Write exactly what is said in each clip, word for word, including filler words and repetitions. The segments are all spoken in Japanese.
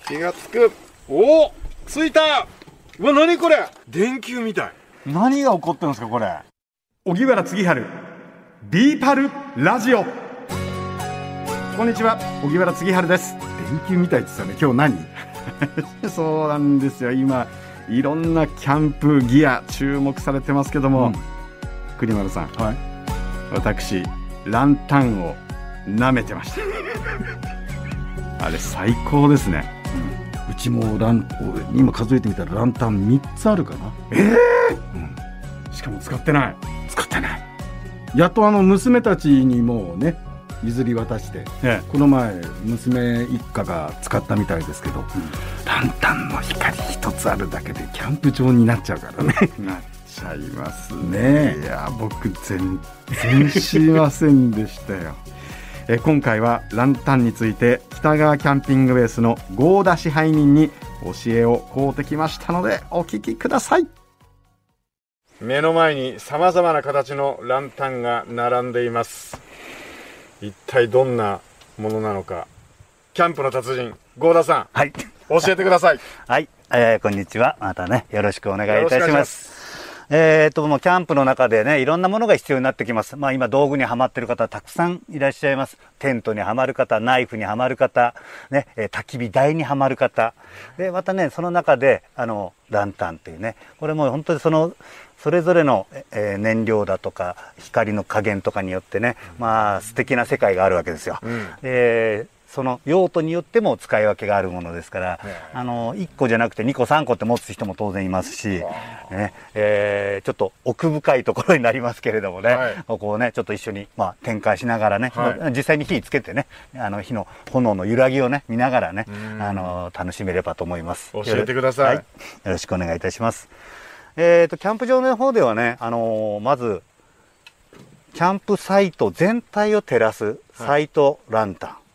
気がつく。おお、ついた。うわ、何これ、電球みたい。 何が起こってるんですかこれ。荻原次春ビーパルラジオ。こんにちは、荻原次春です。電球みたいって言ってたね。今日何そうなんですよ、今いろんなキャンプギア注目されてますけども、うん、栗丸さん、はい、私ランタンを舐めてましたあれ最高ですね、 うん、うちもラン今数えてみたらランタンみっつあるかな。 えーうん、しかも使ってない使ってない。やっとあの娘たちにもね譲り渡して、ね、この前娘一家が使ったみたいですけど、うん、ランタンの光一つあるだけでキャンプ場になっちゃうからねなっちゃいますね。いや僕全然知りませんでしたよえ今回はランタンについて北川キャンピングベースの合田支配人に教えを請うてきましたのでお聞きください。 目の前にさまざまな形のランタンが並んでいます。一体どんなものなのか、キャンプの達人合田さん、はい、教えてください。 はい、えー、こんにちは。またねよろしくお願いいたします。えーともうキャンプの中でねいろんなものが必要になってきます。まあ今道具にはまっている方たくさんいらっしゃいます。テントにはまる方、ナイフにはまる方、ね、焚き火台にはまる方で、またねその中であのランタンっていうね、これも本当にそのそれぞれの、えー、燃料だとか光の加減とかによってね、まあ素敵な世界があるわけですよ、うん、でその用途によっても使い分けがあるものですから、あのいっこじゃなくてにこさんこって持つ人も当然いますし、ねえー、ちょっと奥深いところになりますけれどもね、はい、ここをねちょっと一緒に、まあ、展開しながらね、はい、実際に火つけてねあの火の炎の揺らぎをね見ながらねあの楽しめればと思います。 教えてください。はい、よろしくお願いいたします。えーとキャンプ場の方ではね、あのー、まずキャンプサイト全体を照らすサイトランタン、はい、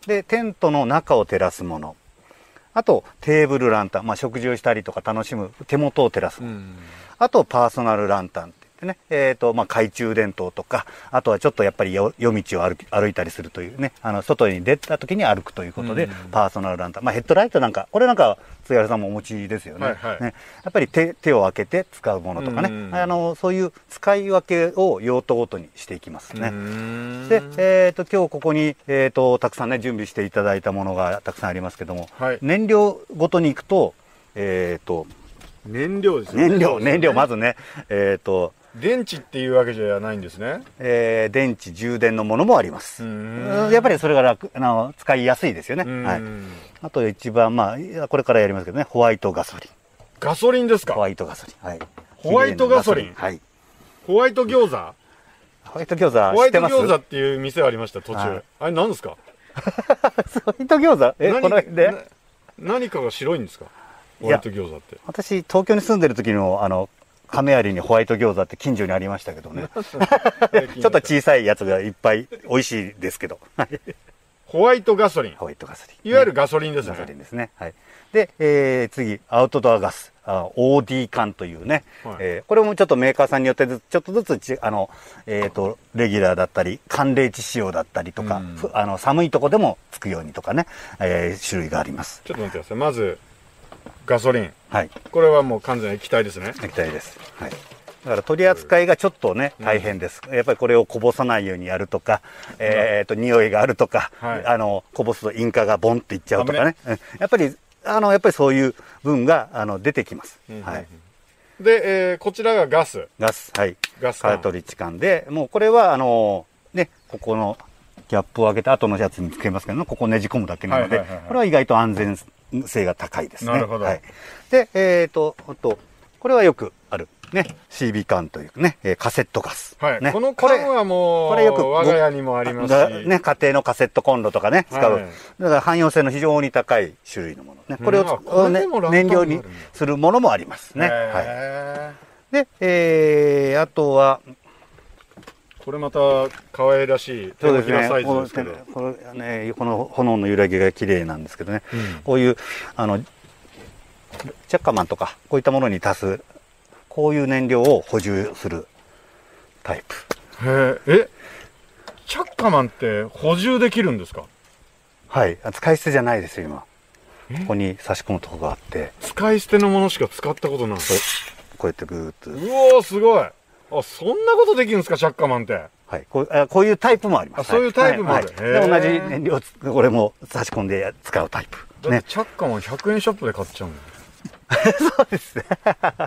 でテントの中を照らすもの、あとテーブルランタン、まあ、食事をしたりとか楽しむ手元を照らすもの、あとパーソナルランタンって言ってね、えーとまあ、懐中電灯とか、あとはちょっとやっぱり夜道を歩き歩いたりするというね、あの外に出た時に歩くということで、パーソナルランタン、まあ、ヘッドライトなんかこれなんか津原さんもお持ちですよね、はいはい、ねやっぱり 手, 手を開けて使うものとかね、あのそういう使い分けを用途ごとにしていきますね。で、えー、と今日ここに、えー、とたくさんね準備していただいたものがたくさんありますけども、はい、燃料ごとにいくと、えー、と燃料ですね。 燃料燃料まずね、えー、と電池っていうわけじゃないんですね。 えー、電池充電のものもあります。やっぱりそれが楽あの使いやすいですよね。はい、あと一番まあこれからやりますけどね、ホワイトガソリン。 ガソリンですか。 ホワイトガソリン、はい、 ホワイトガソリン、 はい、 ホワイト餃子ホワイト餃子ホワイト餃子っていう店ありました途中、はい、あれ何ですかホワイト餃子えこの辺で何かが白いんですか。ホワイト餃子って私東京に住んでる時のあの亀有にホワイト餃子って近所にありましたけどねちょっと小さいやつがいっぱい美味しいですけどホワイトガソリン、 ホワイトガソリン、 いわゆるガソリンですね。 ガソリンですね。はい。で、えー、次アウトドアガス、あ オーディー 缶というね、はい、えー、これもちょっとメーカーさんによってちょっとずつちあのえっ、ー、とレギュラーだったり寒冷地仕様だったりとか、うん、あの寒いとこでもつくようにとかね、えー、種類があります。 ちょっと待ってください。まずガソリン、 はい、 これはもう完全に液体ですね。 液体です。はい。だから取り扱いがちょっとね大変です、うん、やっぱりこれをこぼさないようにやるとか、えー、と匂いがあるとか、はい、あのこぼすと引火がボンっていっちゃうとかね、やっぱりあのやっぱりそういう分があの出てきます、うん、はい。 で、えー、こちらがガスガス、はい、 ガスカートリッジ缶で、もうこれはあのねここのキャップを開けた後のやつにつけますけど、ここをねじ込むだけなので、これは意外と安全性が高いですね。 なるほど、 はい。で、えっ、ー、とあとこれはよくあるね、シービー 缶というね、えー、カセットガス。 はい。 ね、 この缶はもう、これよく我が家にもありますし。 ね、家庭のカセットコンロとかね、使う。はい、だから汎用性の非常に高い種類のものね。これを、うん、ね、燃料にするものもありますね。はい。で、えー、あとは、 これまた可愛らしい手のひらサイズですけど。 これね、この炎の揺らぎが綺麗なんですけどね。うん、こういう、あの、チャッカマンとか、こういったものに足す、こういう燃料を補充するタイプ。 へえ、え、チャッカマンって補充できるんですか？ はい、使い捨てじゃないですよ今。 ここに差し込むとこがあって、 使い捨てのものしか使ったことない。 こうやってぐーっと。 うおー、すごい。あ、そんなことできるんですか、チャッカマンって。 はい、こうあこういうタイプもあります。 あ、そういうタイプもある。 はいはい、で同じ燃料これも差し込んで使うタイプ。 だってチャッカマンひゃくえんショップで買っちゃうの。 そうですね。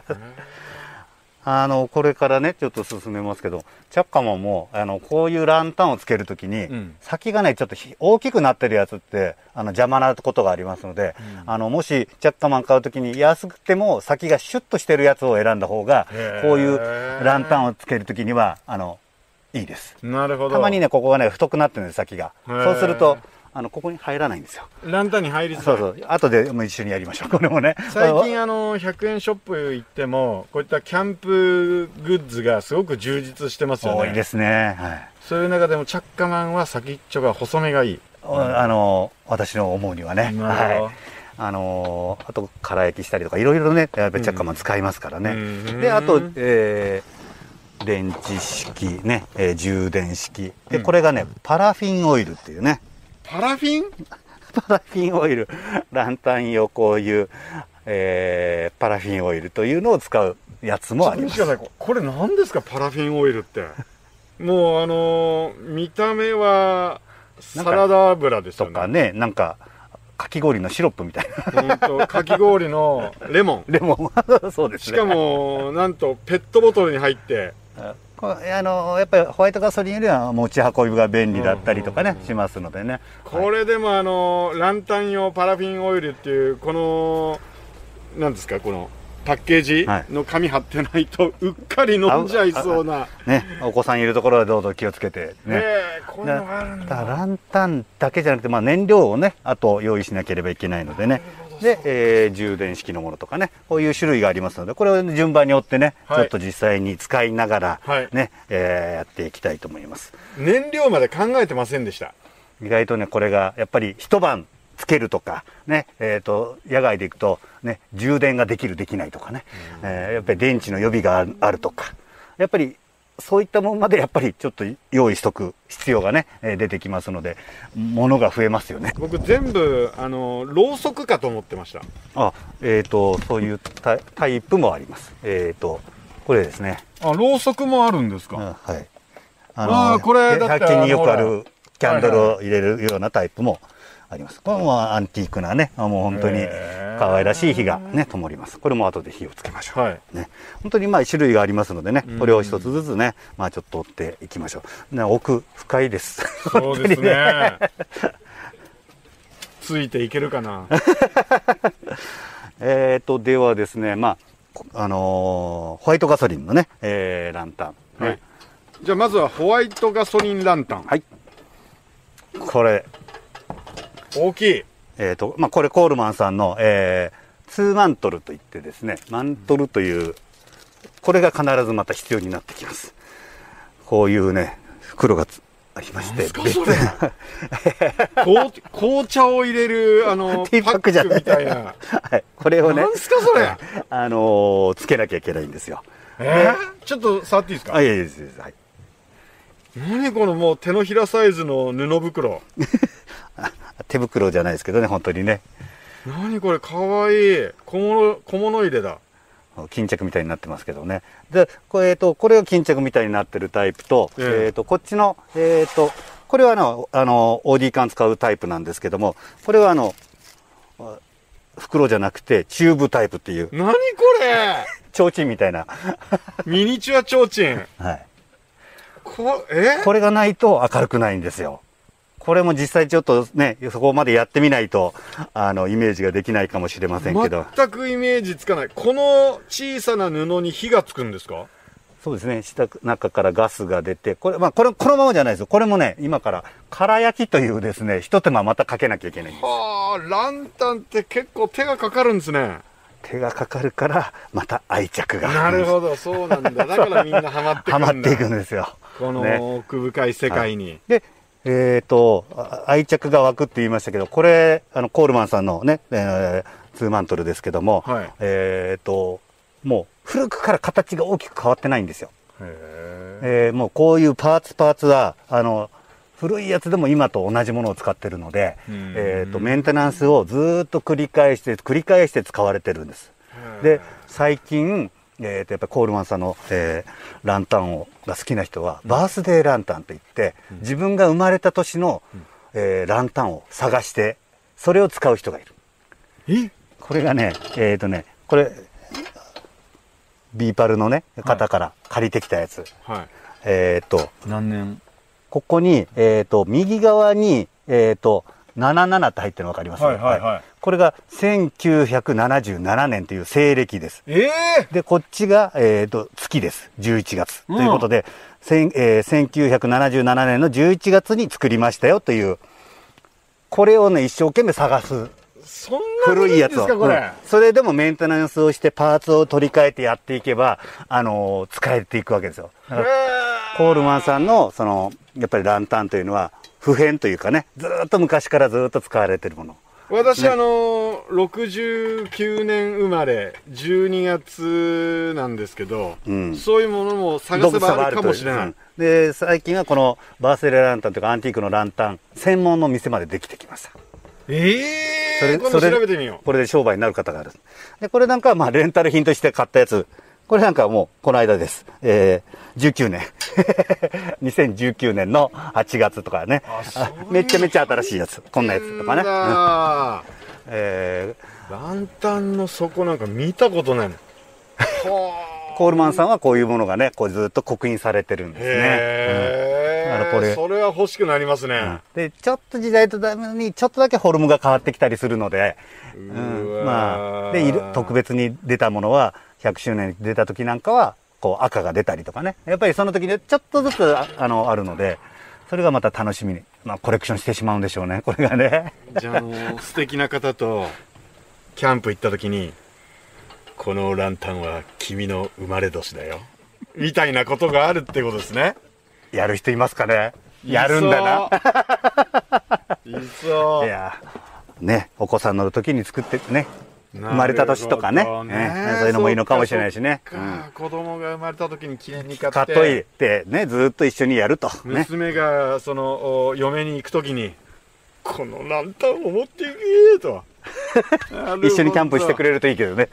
あのこれからねちょっと進めますけど、チャッカマンもあのこういうランタンをつけるときに、うん、先がねちょっと大きくなってるやつってあの邪魔なことがありますので、うん、あのもしチャッカマン買うときに安くても先がシュッとしてるやつを選んだ方が、こういうランタンをつけるときにはあのいいです。 なるほど。 たまにねここがね太くなってるんです、先が。そうするとあのここに入らないんですよ。 ランタンに入りづらい。 そうそう。後でも一緒にやりましょう。これもね。 最近あのひゃくえんショップ行ってもこういったキャンプグッズがすごく充実してますよね。 多いですね。はい。 そういう中でもチャッカマンは先っちょが細めがいい。 あの私の思うにはね。はい。あのあと空焼きしたりとかいろいろねやっぱりチャッカマン使いますからね。うん、であと、えー、電池式ね、えー、充電式で、これがねパラフィンオイルっていうね。 パラフィンパラフィンオイル、ランタン用こういう、えー、パラフィンオイルというのを使うやつもあります。 これ何ですか、パラフィンオイルって。もうあのー、見た目はサラダ油ですよね。 とかね、なんかかき氷のシロップみたいな。 とかき氷のレモン。 レモン。そうですね。 しかもなんとペットボトルに入って。 あのやっぱりホワイトガソリンよりは持ち運びが便利だったりとかねしますのでね。 これでもあのランタン用パラフィンオイルっていうこのなんですかこのパッケージの紙貼ってないとうっかり飲んじゃいそうな、 ね、お子さんいるところはどうぞ気をつけてね。 えー、こういうのがあるんだ。 ランタンだけじゃなくて、まあ、燃料をねあと用意しなければいけないのでね。で、えー、充電式のものとかねこういう種類がありますので、これを順番に追ってね、はい、ちょっと実際に使いながらね、はい、えー、やっていきたいと思います。 燃料まで考えてませんでした。 意外とねこれがやっぱり一晩つけるとかね、えーと野外で行くとね充電ができるできないとかね、えー、やっぱり電池の予備があるとか、やっぱりそういったものまでやっぱりちょっと用意しとく必要がね、えー、出てきますので、物が増えますよね。 僕全部あのろうそくかと思ってました。 あ、えーとそういうタ, タイプもあります。えーとこれですね。 あ、ろうそくもあるんですか。 はい。あのあこれだってひゃく均によくあるキャンドルを入れるようなタイプもあります。これもアンティークなね、もう本当に可愛らしい火がね灯ります。これも後で火をつけましょう。はい、ね、本当にまあ種類がありますのでね、これを一つずつね、まあちょっと追っていきましょう。ね、奥深いです。 そうですね。ついていけるかな。 えっとではですね、まああのー、ホワイトガソリンのね、えー、ランタン、ね。はい。 じゃあまずはホワイトガソリンランタン。 はい。これ。 大きい。 えっと、まあ、これコールマンさんの、えー、ツーマントルといってですね、マントルという、これが必ずまた必要になってきます。こういうね、袋がありまして。 何すかそれ。紅, 紅茶を入れる、あの、ティーパックじゃみたいな。 はい。これをね、 何すかそれ。 あのー、つけなきゃいけないんですよ。 えー、ちょっと触っていいですか。 あ、いやいやです。はい。 何このもう手のひらサイズの布袋。 手袋じゃないですけどね、本当にね。 何これ、かわいい。小物、小物入れだ。 巾着みたいになってますけどね。で、これ、えっと、これが巾着みたいになってるタイプと、えー、えっと、こっちの、えっと、これはあの、あの、オーディー 缶使うタイプなんですけども、これはあの、袋じゃなくて、チューブタイプっていう。 何これ提灯みたいな。 ミニチュア提灯。 はい。 こ、えこれがないと明るくないんですよ。これも実際ちょっとね、そこまでやってみないと、あの、イメージができないかもしれませんけど。 全くイメージつかない。この小さな布に火がつくんですか？ そうですね。下、中からガスが出て、これ、まあ、これ、このままじゃないですよ。これもね、今から、空焼きというですね、一手間またかけなきゃいけないんです。 はあ、ランタンって結構手がかかるんですね。 手がかかるから、また愛着が。 なるほど、そうなんだ。だからみんなハマっていくんだ。 ハマっていくんですよ。 この奥深い世界に。ね、 で、えっと、愛着が湧くって言いましたけど、これ、あの、コールマンさんのね、えー、ツーマントルですけども、はい、えっと、もう古くから形が大きく変わってないんですよ。へえー、もうこういうパーツパーツは、あの、 古いやつでも今と同じものを使ってるので、えーと、メンテナンスをずーっと繰り返して繰り返して使われてるんです。で最近、えーとやっぱりコールマンさんの、えー、ランタンをが好きな人は、バースデーランタンといって、自分が生まれた年の、えー、ランタンを探してそれを使う人がいる。 えこれがねえっ、ー、とねこれビーパルのね方から借りてきたやつ、 はい、 えっ、ー、と何年ここに、えっ、ー、と右側にえっ、ー、とななじゅうななって入ってるの分かりますか？はいはいはい、これがせんきゅうひゃくななじゅうななねんという西暦です。 えー、 でこっちが、えー、と月です。じゅういちがつ、うん、ということで、えー、せんきゅうひゃくななじゅうななねんのじゅういちがつに作りましたよという、これをね一生懸命探す。 そんな古いやつを、これ、うん、 それでもメンテナンスをしてパーツを取り替えてやっていけば、あのー、使えていくわけですよ。だからコールマンさんのそのやっぱりランタンというのは不変というかね、ずっと昔からずっと使われてるもの。 私、ね、あのろくじゅうきゅうねん生まれじゅうにがつなんですけど、うん、そういうものも探せばあるかもしれない。 で最近はこのバースデーランタンというかアンティークのランタン専門の店までできてきました。 ええー、それ今度調べてみよう。 これで商売になる方がある。でこれなんかはまあレンタル品として買ったやつ、これなんかはもうこの間です。えー、じゅうきゅうねんにせんじゅうきゅうねんのはちがつとかね、あめちゃめちゃ新しいやつ、こんなやつとかね、うんえー、ランタンの底なんか見たことないのコールマンさんはこういうものがねこうずっと刻印されてるんですね。 へー、うんだからこれそれは欲しくなりますね、うん、 でちょっと時代とともにちょっとだけフォルムが変わってきたりするので、うん、まあで特別に出たものはひゃくしゅうねんに出た時なんかはこう赤が出たりとかね、やっぱりその時にちょっとずつ あ, あのあるので、それがまた楽しみに、まあ、コレクションしてしまうんでしょうね、これがね。 じゃあもう素敵な方とキャンプ行った時に、このランタンは君の生まれ年だよみたいなことがあるってことですね。 やる人いますかね。やるんだな。 いそう。 いやね、お子さんの時に作ってね、生まれた年とか ね, ねそういうのもいいのかもしれないしね。 うん、子供が生まれた時に記念に買って買っといてね、ずっと一緒にやると、ね、 娘がその嫁に行く時にこのランタンを持っていけと一緒にキャンプしてくれるといいけどね。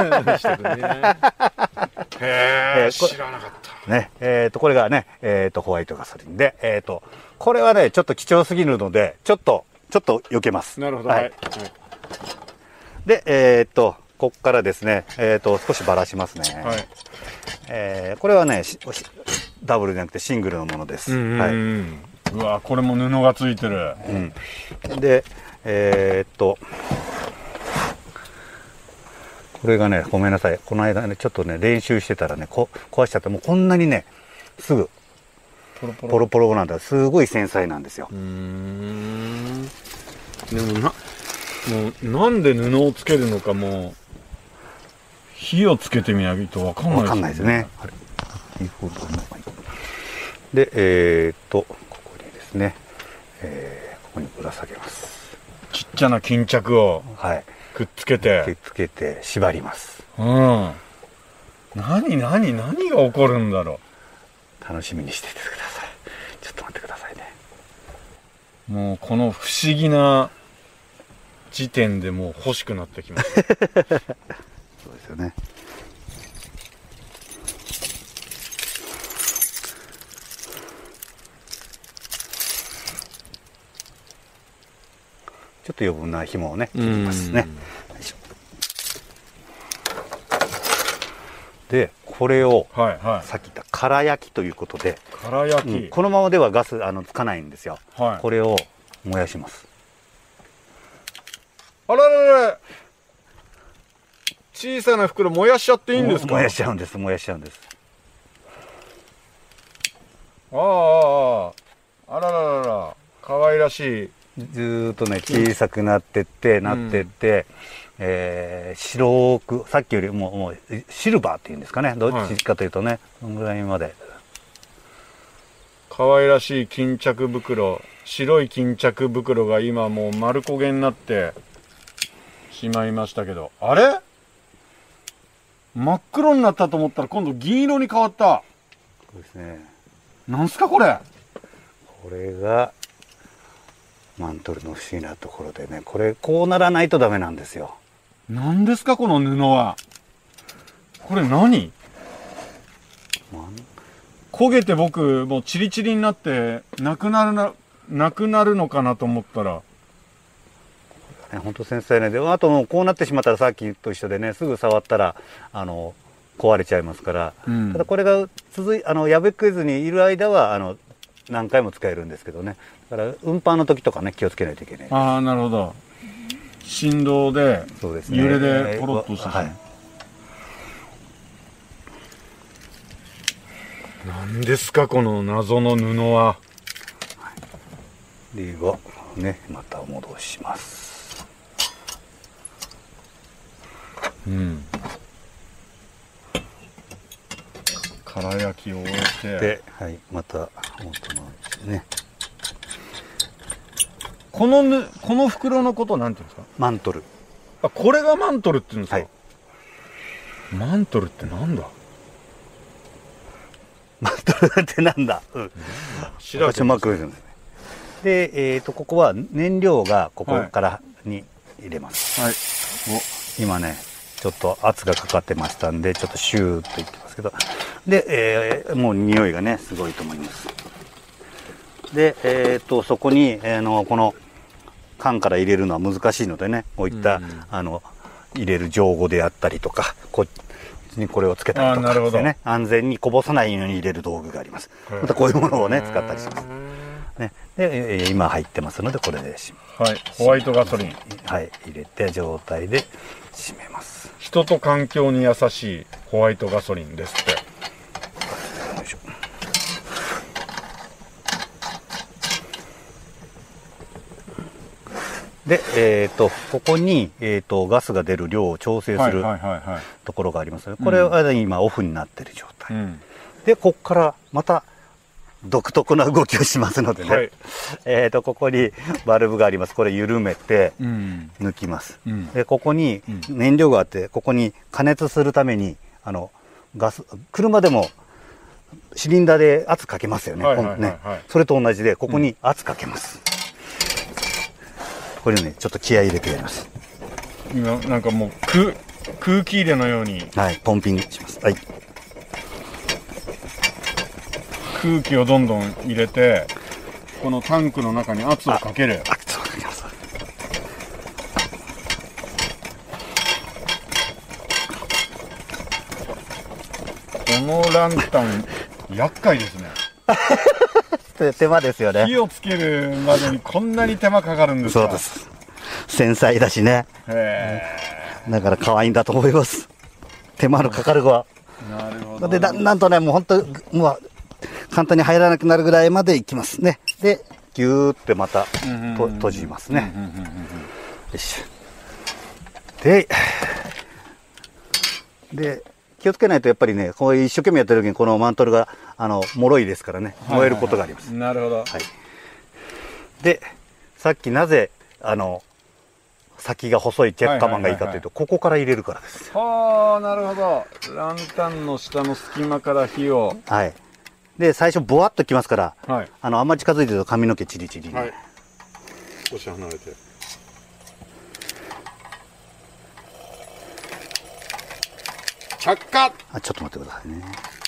へえ、知らなかった。 ね、えっとこれがね、えっとホワイトガソリンで、えっとこれはねちょっと貴重すぎるのでちょっとちょっと避けます。 なるほど。はい。はい、 で、えっとこっからですね、えっと少しばらしますね。はい。えー、これはねダブルじゃなくてシングルのものです。 うんうん、はい。うわ、これも布がついてる。 うん。で、えっと。これがね、ごめんなさい。この間ね、ちょっとね、練習してたらね、こ壊しちゃって、もうこんなにね、すぐ、ポロポロ、ポロポロなんだ。すごい繊細なんですよ。 うーん。でもな、もう、なんで布をつけるのかも、火をつけてみないとわかんないですね。 わかんないですね。で、えー、っと、ここにですね、えー、ここにぶら下げます。 ちっちゃな巾着を。 はい。 くっつけてくっつけて縛ります。 うん。何何何が起こるんだろう。楽しみにしていてください。ちょっと待ってくださいね。 もうこの不思議な時点でもう欲しくなってきました。そうですよね。ちょっと余分な紐をね切りますね。でこれを、はいはい、さっき言った空焼きということで、 空焼き、 うん、このままではガスあのつかないんですよ。はい、これを燃やします。 あららら、小さな袋燃やしちゃっていいんですか？ 燃やしちゃうんです。燃やしちゃうんです。 ああああ、あらららら、可愛らしい。 ずーっとね小さくなってってなってって、うん、えー、白くさっきよりももうシルバーっていうんですかね、どっちかというとね、はい、そのぐらいまで可愛らしい巾着袋、白い巾着袋が今もう丸焦げになってしまいましたけど、あれ真っ黒になったと思ったら今度銀色に変わった。 そうですね。 なんすかこれ。 これがマントルの不思議なところでね、これこうならないとダメなんですよ。 何ですかこの布は。これ何？焦げて僕もうチリチリになってなくなるななくなるのかなと思ったら、 ね、本当繊細ね。であともうこうなってしまったらさっきと一緒でね、すぐ触ったらあの壊れちゃいますから、うん、ただこれが続いあの破けずにいる間はあの何回も使えるんですけどね。だから運搬の時とかね気をつけないといけない。 ああなるほど。振動でそうですね、 揺れでポロッとして、はい、何ですかこの謎の布は。 ではねまた戻します。 うん。空焼きを終えてで、はい、また元のですね。 このぬこの袋のことなんていうんですか？ マントル。 あ、これがマントルって言うんですか？ はい。 マントルってなんだ？ マントルってなんだ？うん。 調べてみます。 で、えっとここは燃料がここからに入れます。 はい。 お、今ねちょっと圧がかかってましたんでちょっとシューッといってますけど、で、えー、もう匂いがねすごいと思います。で、えっとそこに、えー、のこの缶から入れるのは難しいのでね、こういった、うんうん、あの入れる錠後であったりとか、こっちにこれをつけたりとかしてね、安全にこぼさないように入れる道具があります。またこういうものをね使ったりします。ね、で、えー、今入ってますのでこれでし、 はい、ホワイトガソリン、 はい、入れて状態で締めます。 人と環境に優しいホワイトガソリンですって。よいしょ。 で、えー、とここに、えー、とガスが出る量を調整するところがありますので、これは今オフになっている状態、うん、でここからまた独特な動きをしますのでね、はい、えー、とここにバルブがあります。これ緩めて抜きます、うん、でここに燃料があって、ここに加熱するためにあのガス車でもシリンダーで圧かけますよね。それと同じでここに圧かけます、うん、これねちょっと気合い入れてやります。 今なんかもう空空気入れのように、 はい、ポンピングします。はい、 空気をどんどん入れてこのタンクの中に圧をかける。 圧をかけます。 このランタン厄介ですね。 手間ですよね。 火をつけるまでにこんなに手間かかるんですか？ そうです。繊細だしね。 へー、だから可愛いんだと思います。手間のかかる子は。 なるほど。 でだんだんとねもう本当もう簡単に入らなくなるぐらいまでいきますね。でギューってまたと閉じますね。よし。でで気をつけないとやっぱりね、こう一生懸命やってる時にこのマントルがあの脆いですからね、燃えることがあります。 なるほど。はい。 でさっきなぜあの先が細いチェッカマンがいいかというと、ここから入れるからです。 はあ、なるほど。ランタンの下の隙間から火を。 はい。で最初ボワッときますから、 はい、 あのあんまり近づいてると髪の毛チリチリに、はい、 少し離れて着火。 あ、ちょっと待ってくださいね。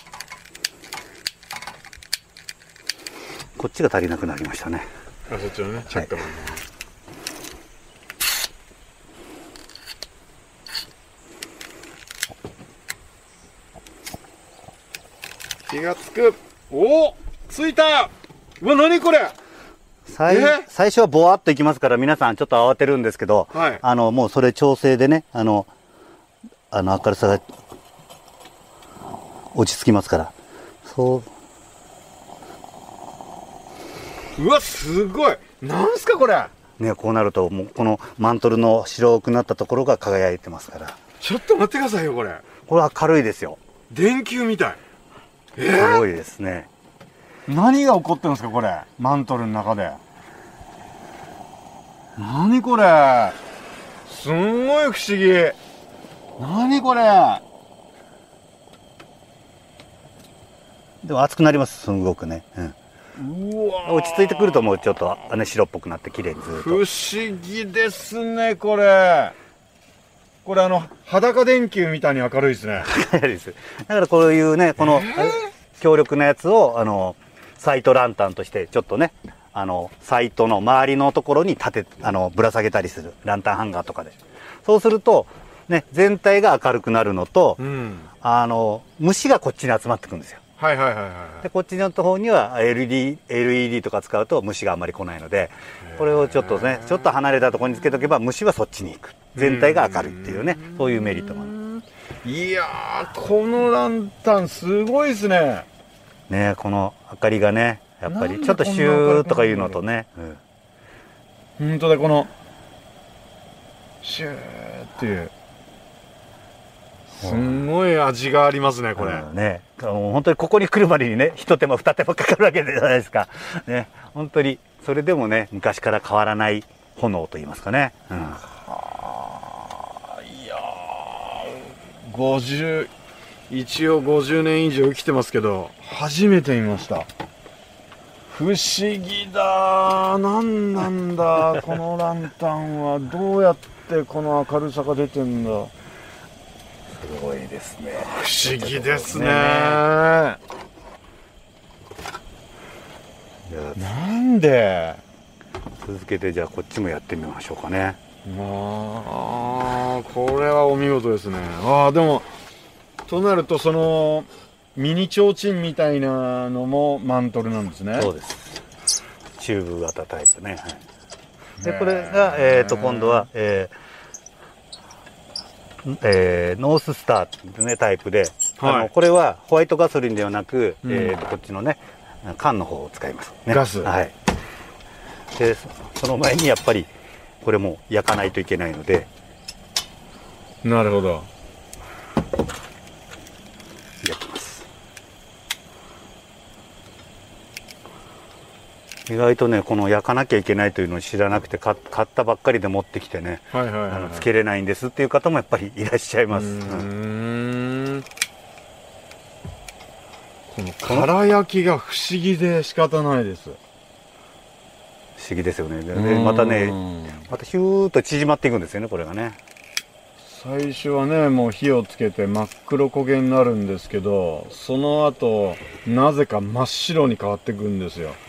こっちが足りなくなりましたね。 あ、そっちのね、着火まで、はい、気がつく。おお、ついた。うわ、何これ。 最, 最初はボワッといきますから皆さんちょっと慌てるんですけど、はい、あのもうそれ調整でね、あのあの明るさが落ち着きますから。そう。 うわ、すごい。なんすかこれ。 ね、こうなるともうこのマントルの白くなったところが輝いてますから。 ちょっと待ってくださいよこれ。 これ明るいですよ。 電球みたい。 えー、すごいですね。 何が起こってるんですかこれ、マントルの中で。何これ、すんごい不思議。何これ。 でも熱くなります、すごくね、うん、 うわ落ち着いてくるともうちょっとね白っぽくなって綺麗にずっと。 不思議ですねこれ。これあの裸電球みたいに明るいですね。 だからこういうねこの強力なやつをあのサイトランタンとしてちょっとねあのサイトの周りのところに立てあのぶら下げたりするランタンハンガーとかで、そうするとね全体が明るくなるのと、うん、あの虫がこっちに集まってくるんですよ。 はいはいはいはい。 でこっちの方には エルイーディー, エルイーディー とか使うと虫があんまり来ないので、これをちょっとねちょっと離れたところにつけとけば虫はそっちに行く、全体が明るいっていうね、そういうメリットもある。 いやーこのランタンすごいですね。 ねこの明かりがねやっぱりちょっとシューとかいうのとね、 うん、本当だこのシューっていうすんごい味がありますねこれ、 うん、ね本当にここに来るまでにね一手間二手間かかるわけじゃないですかね。本当にそれでもね昔から変わらない炎と言いますかね、うん、 はあいやーごじゅう一応ごじゅうねん以上生きてますけど初めて見ました。不思議だ、何なんだこのランタンは。どうやってこの明るさが出てんだ。 すごいですね。 不思議ですね。なんで。 続けてじゃあこっちもやってみましょうかね。 まあこれはお見事ですね。ああでもとなるとそのミニ提灯みたいなのもマントルなんですね。 そうです。チューブ型タイプね。はい、でこれが、えー、と今度は、えーえー、ノーススターっていう、ね、タイプで、はい、あのこれはホワイトガソリンではなく、うんえー、こっちのね缶の方を使います、ね、 ガス。 はい。でその前にやっぱりこれも焼かないといけないので。 なるほど。 焼きます。意外とねこの焼かなきゃいけないというのを知らなくて買ったばっかりで持ってきてね、はいはいはいはい、あのつけれないんですっていう方もやっぱりいらっしゃいます。うーんこの空焼きが不思議で仕方ないです。 不思議ですよね。でまたねまたヒューッと縮まっていくんですよねこれがね。 最初はねもう火をつけて真っ黒焦げになるんですけど、その後なぜか真っ白に変わっていくんですよ。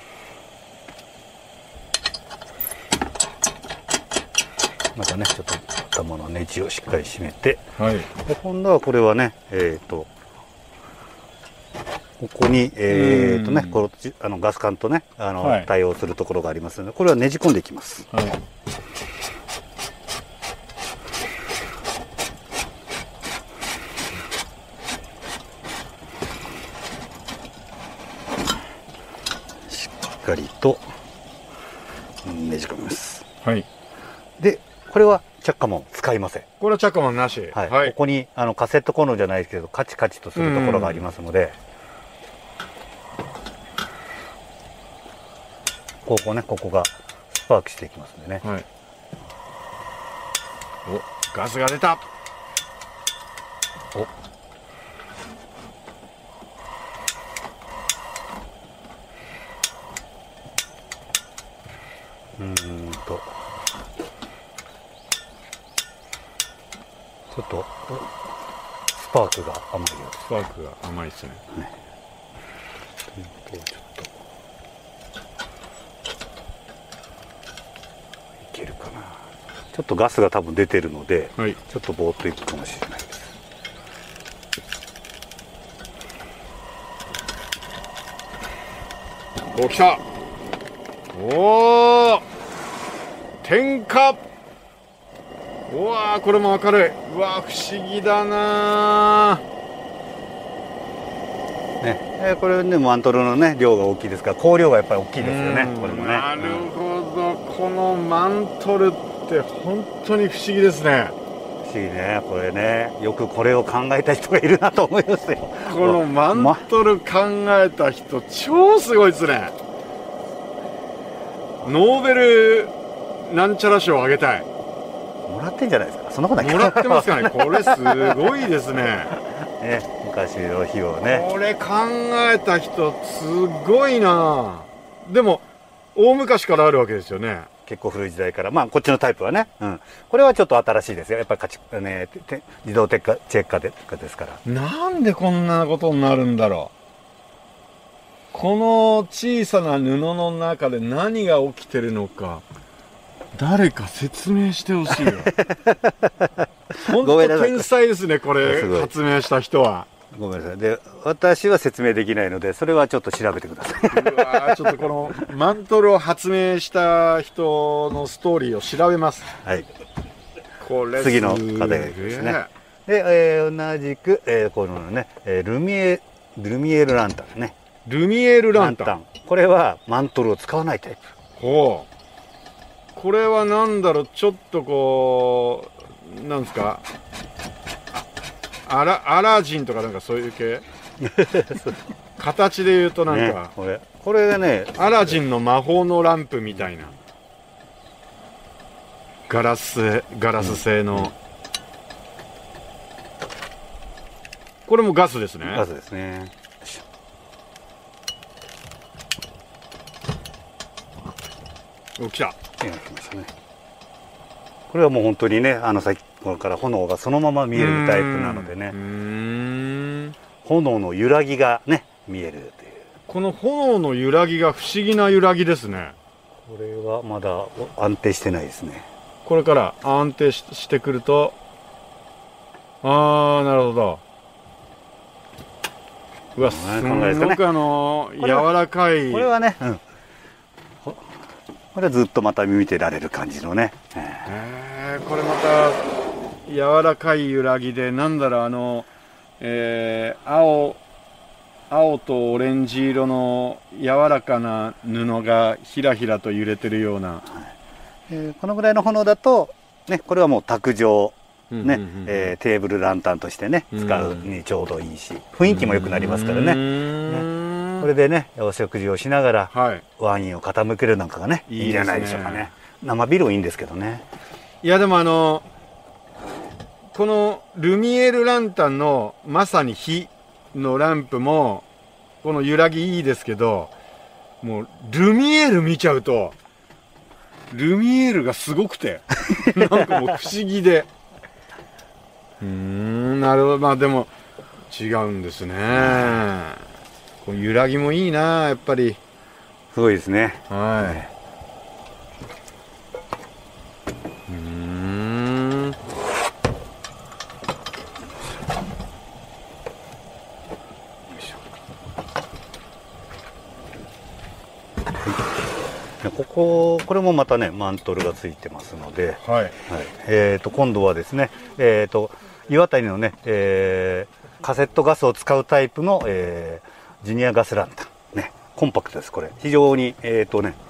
またねちょっと頭のネジをしっかり締めて、 はい、 で今度はこれはねえっ、ー、とここにえっ、ー、とねこのあのガス管とねあの、はい、対応するところがありますのでこれはねじ込んでいきます。はい、しっかりとねじ込みます。 はい。 でこれはチャッカマン使いません。 これはチャッカマンなし。 はい。はい、ここにあのカセットコンロじゃないですけどカチカチとするところがありますので、ここねここがスパークしていきますんでね。はい。 おガスが出た。お。 うーんとちょっとスパークが甘いよ。 スパークが甘いですね。ねちょっといけるかな。ちょっとガスが多分出てるので、はい、ちょっとぼーっといくかもしれないです。 お来た。おお点火。うわーこれも明るい。うわー不思議だなね、えー、これねマントルのね量が大きいですから香料がやっぱり大きいですよね。これもね。 なるほど、うん、このマントルって本当に不思議ですね。 不思議ねこれね。よくこれを考えた人がいるなと思いますよ。 このマントル考えた人、ま、超すごいですね。ノーベルなんちゃら賞をあげたい。 もらってんじゃないですか。そんなことない。 もらってますかね。これすごいですね。 ね、昔の日をね。 これ考えた人すごいな。 でも大昔からあるわけですよね。 結構古い時代から、まあこっちのタイプはね、うん、これはちょっと新しいですよ。やっぱりカチね自動チェッカチェッカーでですから。 なんでこんなことになるんだろう。この小さな布の中で何が起きてるのか、誰か説明してほしいよ。本当天才ですね、これ発明した人は。 ごめんなさい。で、私は説明できないので、それはちょっと調べてください。 うわちょっとこのマントルを発明した人のストーリーを調べます。 はい。 これ次の方ですね。で、えー、同じく、えー、このね、ルミエルミエールランタンね。 ルミエールランタン。ランタンこれはマントルを使わないタイプ。 ほう。これはなんだろう、ちょっとこうなんですか。アラ、アラジンとかなんかそういう系形で言うとなんか、 ね、これこれがねアラジンの魔法のランプみたいなガラスガラス製の、うん、これもガスですね。 ガスですね。 お来た。 来ましたね。これはもう本当にね、あの先これから炎がそのまま見えるタイプなのでね、うーん炎の揺らぎがね見えるという。 この炎の揺らぎが不思議な揺らぎですね。 これはまだ安定してないですね。 これから安定 し, してくるとああなるほど。うわすごくあの柔らかい。 これはね、うん、これはずっとまた見てられる感じのね。 へえこれまた柔らかい揺らぎで、なんだろうあの、えー、青青とオレンジ色の柔らかな布がひらひらと揺れてるような、はいえー、このぐらいの炎だと、ね、これはもう卓上、ねえー、テーブルランタンとしてね使うにちょうどいいし、雰囲気も良くなりますからね。ねこれでねお食事をしながら、はい、ワインを傾けるなんかがねいいんじゃないでしょうかね。生ビールもいいんですけどね。 いやでもあのこのルミエールランタンのまさに火のランプもこの揺らぎいいですけど、もうルミエール見ちゃうとルミエールがすごくてなんかもう不思議でうーんなるほど。まあでも違うんですね。この揺らぎもいいなやっぱり。 すごいですね。 はい。うーんこここれもまたねマントルがついてますので、はいはい、えー、と今度はですね、えー、と岩谷のね、えー、カセットガスを使うタイプの、えー、ジュニアガスランタン、ね、コンパクトです。これ非常にえっ、ー、とね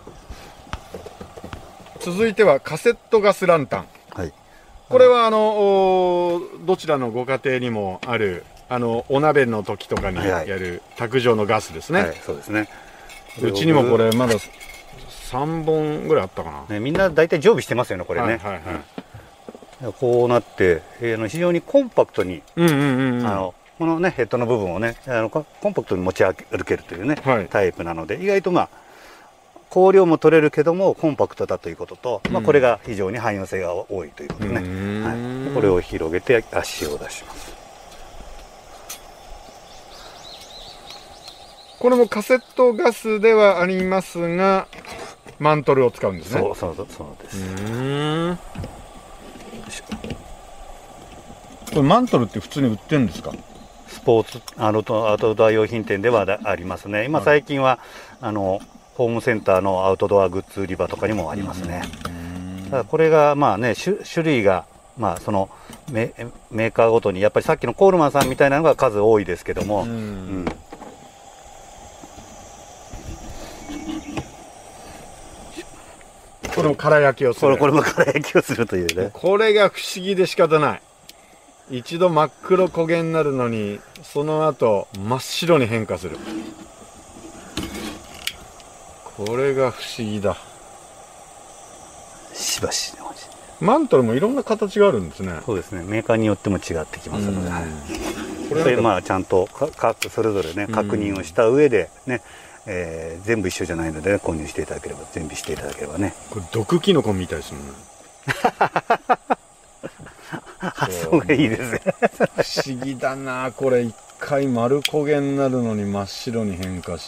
続いてはカセットガスランタン、はい、これはあのどちらのご家庭にもあるあのお鍋の時とかにやる卓上のガスですね。はいはい、 そうですね。 うちにもこれまださんぼんぐらいあったかな、 ね、みんな大体常備してますよねこれね。はいはいはい、こうなって、えー、非常にコンパクトに、うんうんうんうん、あのこのねヘッドの部分をねあのコンパクトに持ち歩けるというね、はい、タイプなので意外とまあ光量も取れるけどもコンパクトだということと、うんまあ、これが非常に汎用性が多いということでね、はい、これを広げて足を出します。 これもカセットガスではありますがマントルを使うんですね。 そうそうそうそうです。うーんこれマントルって普通に売ってるんですか？ スポーツアウトドア用品店ではありますね。今最近は、はい、あのホームセンターのアウトドアグッズ売り場とかにもありますね。ただこれがまあね種類がまあそのメ, メーカーごとにやっぱりさっきのコールマンさんみたいなのが数多いですけども、うんうんこれも空焼きをする。 これも空焼きをするというね。 これが不思議で仕方ない。一度真っ黒焦げになるのにその後真っ白に変化する。これが不思議だ。 しばしね。 マントルもいろんな形があるんですね。 そうですね。メーカーによっても違ってきますので、はい、これまあちゃんとかかそれぞれね確認をした上でね、 えー、全部一緒じゃないので、ね、購入していただければ、準備していただければね。 これ毒キノコみたいですもんね。 発想がいいですね。 不思議だなこれ。一回丸焦げになるのに真っ白に変化して、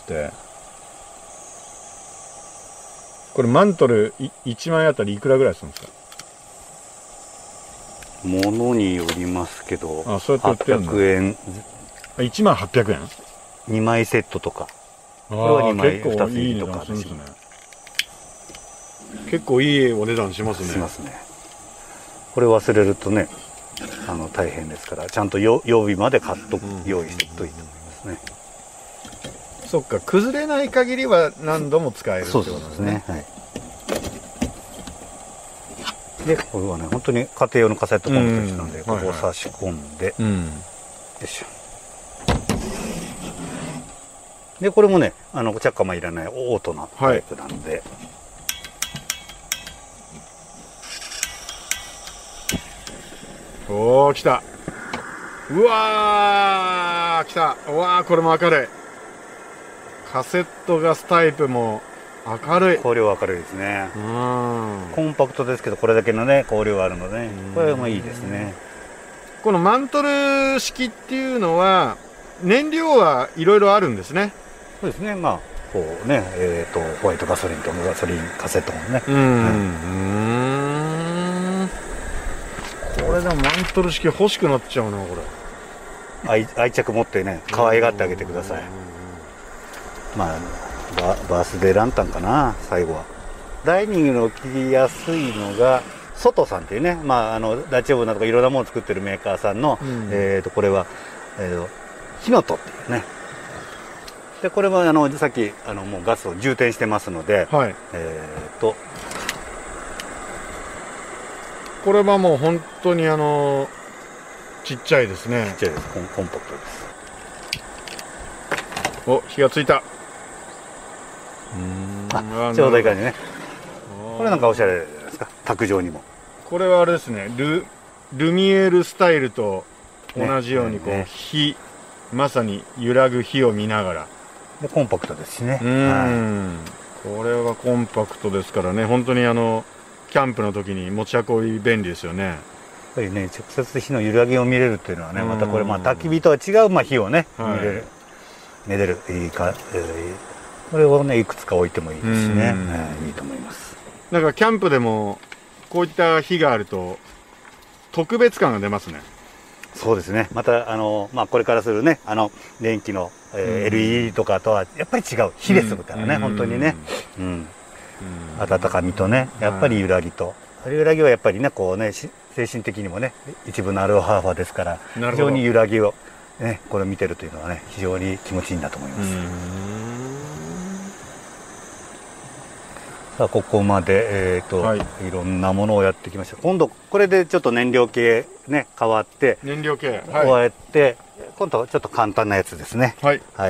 これマントルいちまいあたりいくらぐらいするんですか？ ものによりますけど、 あ、そうやって売ってるんだ。 はっぴゃくえん。 いちまんはっぴゃくえん？ にまいセットとか。 あこれはにまい結構いい値段するんですね。結構いいお値段しますね。 しますね。これ忘れるとね、あの大変ですから、ちゃんと曜日まで買っとく、うん、用意しておくといいと思いますね。 そっか、崩れない限りは何度も使えるってことなんですね。 そうですね。はい。で、これはね、本当に家庭用のカセットコンテンツなんで、うん、ここを差し込んで、はいはい、よいしょ。で、これもね、あの着火もいらないオートなタイプなので、はい、 おー、来た。うわー、来た。うわー、これも明るい。カセットガスタイプも明るい。 光量明るいですね。うん。コンパクトですけど、これだけのね、光量があるので、ね、これもいいですね。 このマントル式っていうのは、燃料はいろいろあるんですね。 そうですね。まあ、こうね、えっと、ホワイトガソリンとガソリンカセットもね。 うん。うんこれでもマントル式欲しくなっちゃうなこれ。 愛, 愛着持ってね可愛がってあげてください。まあ バ, バースデーランタンかな。最後はダイニングの切りやすいのがソトさんっていうね、まあ、あのダッチオーブンとかいろんなものを作ってるメーカーさんの、うん、えー、とこれは、えー、とヒノトっていうね。でこれはあのさっきあのもうガスを充填してますので、はい、えー、とこれはもう本当にあのちっちゃいですね。 ちっちゃいです。コン、コンパクトです。 お、火がついた。 うーん、あ、ちょうどいい感じね。これなんかおしゃれですか。卓上にも。 これはあれですね。ルルミエールスタイルと同じようにこう、ねね、火、まさに揺らぐ火を見ながら。 でコンパクトですしね。 うん、はい、これはコンパクトですからね。本当にあの。キャンプの時に持ち運び便利ですよね。やっぱりね、直接火の揺らぎを見れるっていうのはね、またこれまあ焚き火とは違うまあ火をね、はい、見れる、めでるいいか、えー、これをねいくつか置いてもいいですしね、えー、いいと思います。 なんかキャンプでもこういった火があると特別感が出ますね。 そうですね。またあのまあこれからするね、あの電気の、えー、エルイーディー とかとはやっぱり違う火ですからね、本当にね。うん。温かみとね、やっぱり揺らぎと、はい、揺らぎはやっぱりねこうね精神的にもね一部のアロハーファですから非常に揺らぎをねこれ見てるというのはね非常に気持ちいいんだと思います。さあここまでえっ、ー、と、はい、いろんなものをやってきました。今度これでちょっと燃料系ね変わって燃料系加えて、はい、今度はちょっと簡単なやつですね。 はい。 はい。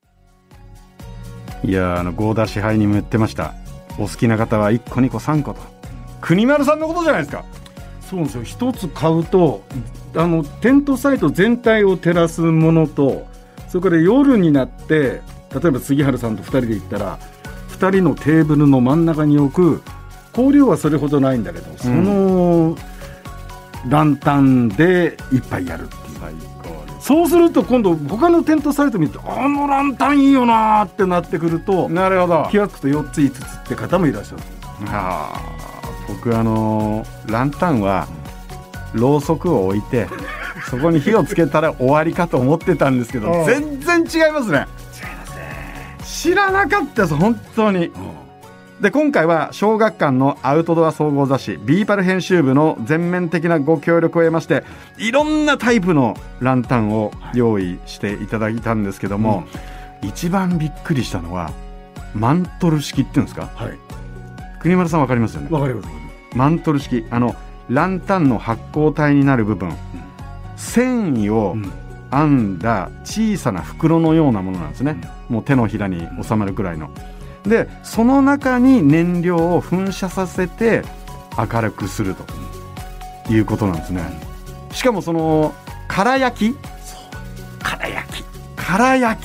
いやあのゴーダ支配にも言ってました。お好きな方はいっこにこさんこと国丸さんのことじゃないですか。そうなんですよ。一つ買うとあのテントサイト全体を照らすものと、それから夜になって例えば杉原さんとふたりで行ったらふたりのテーブルの真ん中に置く光量はそれほどないんだけど、そのランタンで一杯やるっていう。そうすると今度他のテントサイト見てあのランタンいいよなってなってくると、 なるほど、 気がつくとよっついつつって方もいらっしゃる。 あ僕あのランタンはろうそくを置いてそこに火をつけたら終わりかと思ってたんですけど全然違いますね。 違いますね。 知らなかったです本当に。で今回は小学館のアウトドア総合雑誌ビーパル編集部の全面的なご協力を得まして、いろんなタイプのランタンを用意していただいたんですけども、うん、一番びっくりしたのはマントル式っていうんですか、はい、国丸さん分かりますよね。 分かります。 マントル式、あのランタンの発光体になる部分、うん、繊維を編んだ小さな袋のようなものなんですね、うん、もう手のひらに収まるくらいの。でその中に燃料を噴射させて明るくするということなんですね。しかもその空焼き、 空焼き空焼き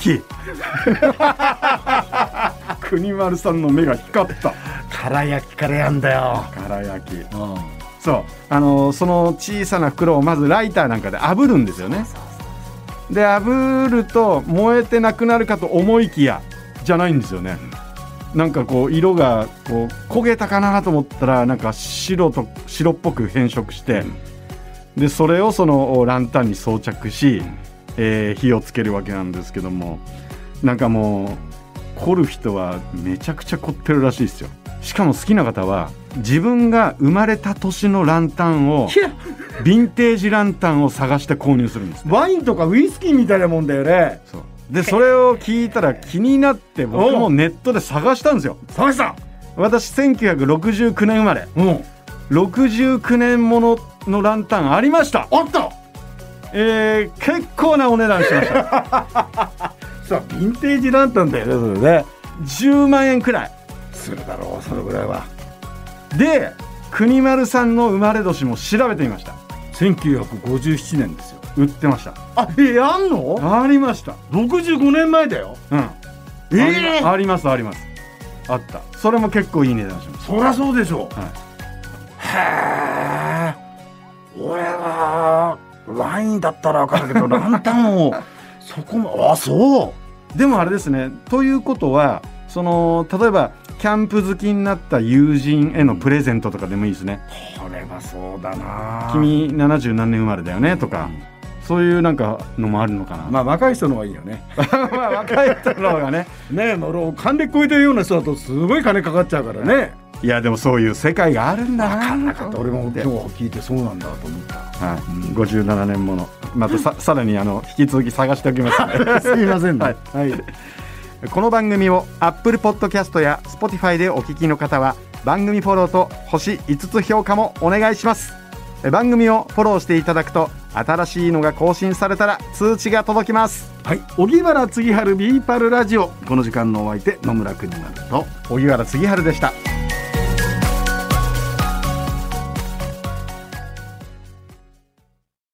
国丸さんの目が光った。 殻焼きからやんだよ。 殻焼き、うん、そうあのその小さな袋をまずライターなんかで炙るんですよね。で炙ると燃えてなくなるかと思いきやじゃないんですよね。なんかこう色がこう焦げたかなと思ったらなんか白と白っぽく変色して、うん、でそれをそのランタンに装着し、えー、火をつけるわけなんですけども、なんかもう凝る人はめちゃくちゃ凝ってるらしいですよ。しかも好きな方は自分が生まれた年のランタンをヴィンテージランタンを探して購入するんです、ね、 ワインとかウイスキーみたいなもんだよね。 そうでそれを聞いたら気になって僕もネットで探したんですよ。 探した。 私せんきゅうひゃくろくじゅうきゅうねん生まれ、うん、ろくじゅうきゅうねんもののランタンありました。 あった、 えー、結構なお値段しましたさあヴィンテージランタンだよね。それねじゅうまんえんくらいするだろう、それぐらいは。 で国丸さんの生まれ年も調べてみました。 せんきゅうひゃくごじゅうななねんですよ。 売ってました。 あ、え、やんの？ ありました。 ろくじゅうごねんまえだよ。 うん。 えー、 ありますあります。あった。それも結構いい値段します。 そりゃそうでしょう。 はい、 へー。俺はワインだったら分かるけどランタンをそこもあそう。 でもあれですね。ということはその例えばキャンプ好きになった友人へのプレゼントとかでもいいですね。 これはそうだな。 君ななじゅうなんねん生まれだよねとか、うん、そういうなんかのもあるのかな。 まあ若い人の方がいいよねまあ若い人の方がねねえ、俺還暦超えてるような人だとすごい金かかっちゃうからね。 いやでもそういう世界があるんだな。 分かんなかった。俺も今日聞いてそうなんだと思った。 はい、うん、ごじゅうななねんものまた さ, さらにあの引き続き探しておきますのですいませんね、 はいはい、この番組を Apple Podcast や Spotify でお聞きの方は番組フォローと星いつつ評価もお願いします。番組をフォローしていただくと新しいのが更新されたら通知が届きます。 はい、荻原次春ビーパルラジオ、この時間のお相手野村国丸と荻原次春でした。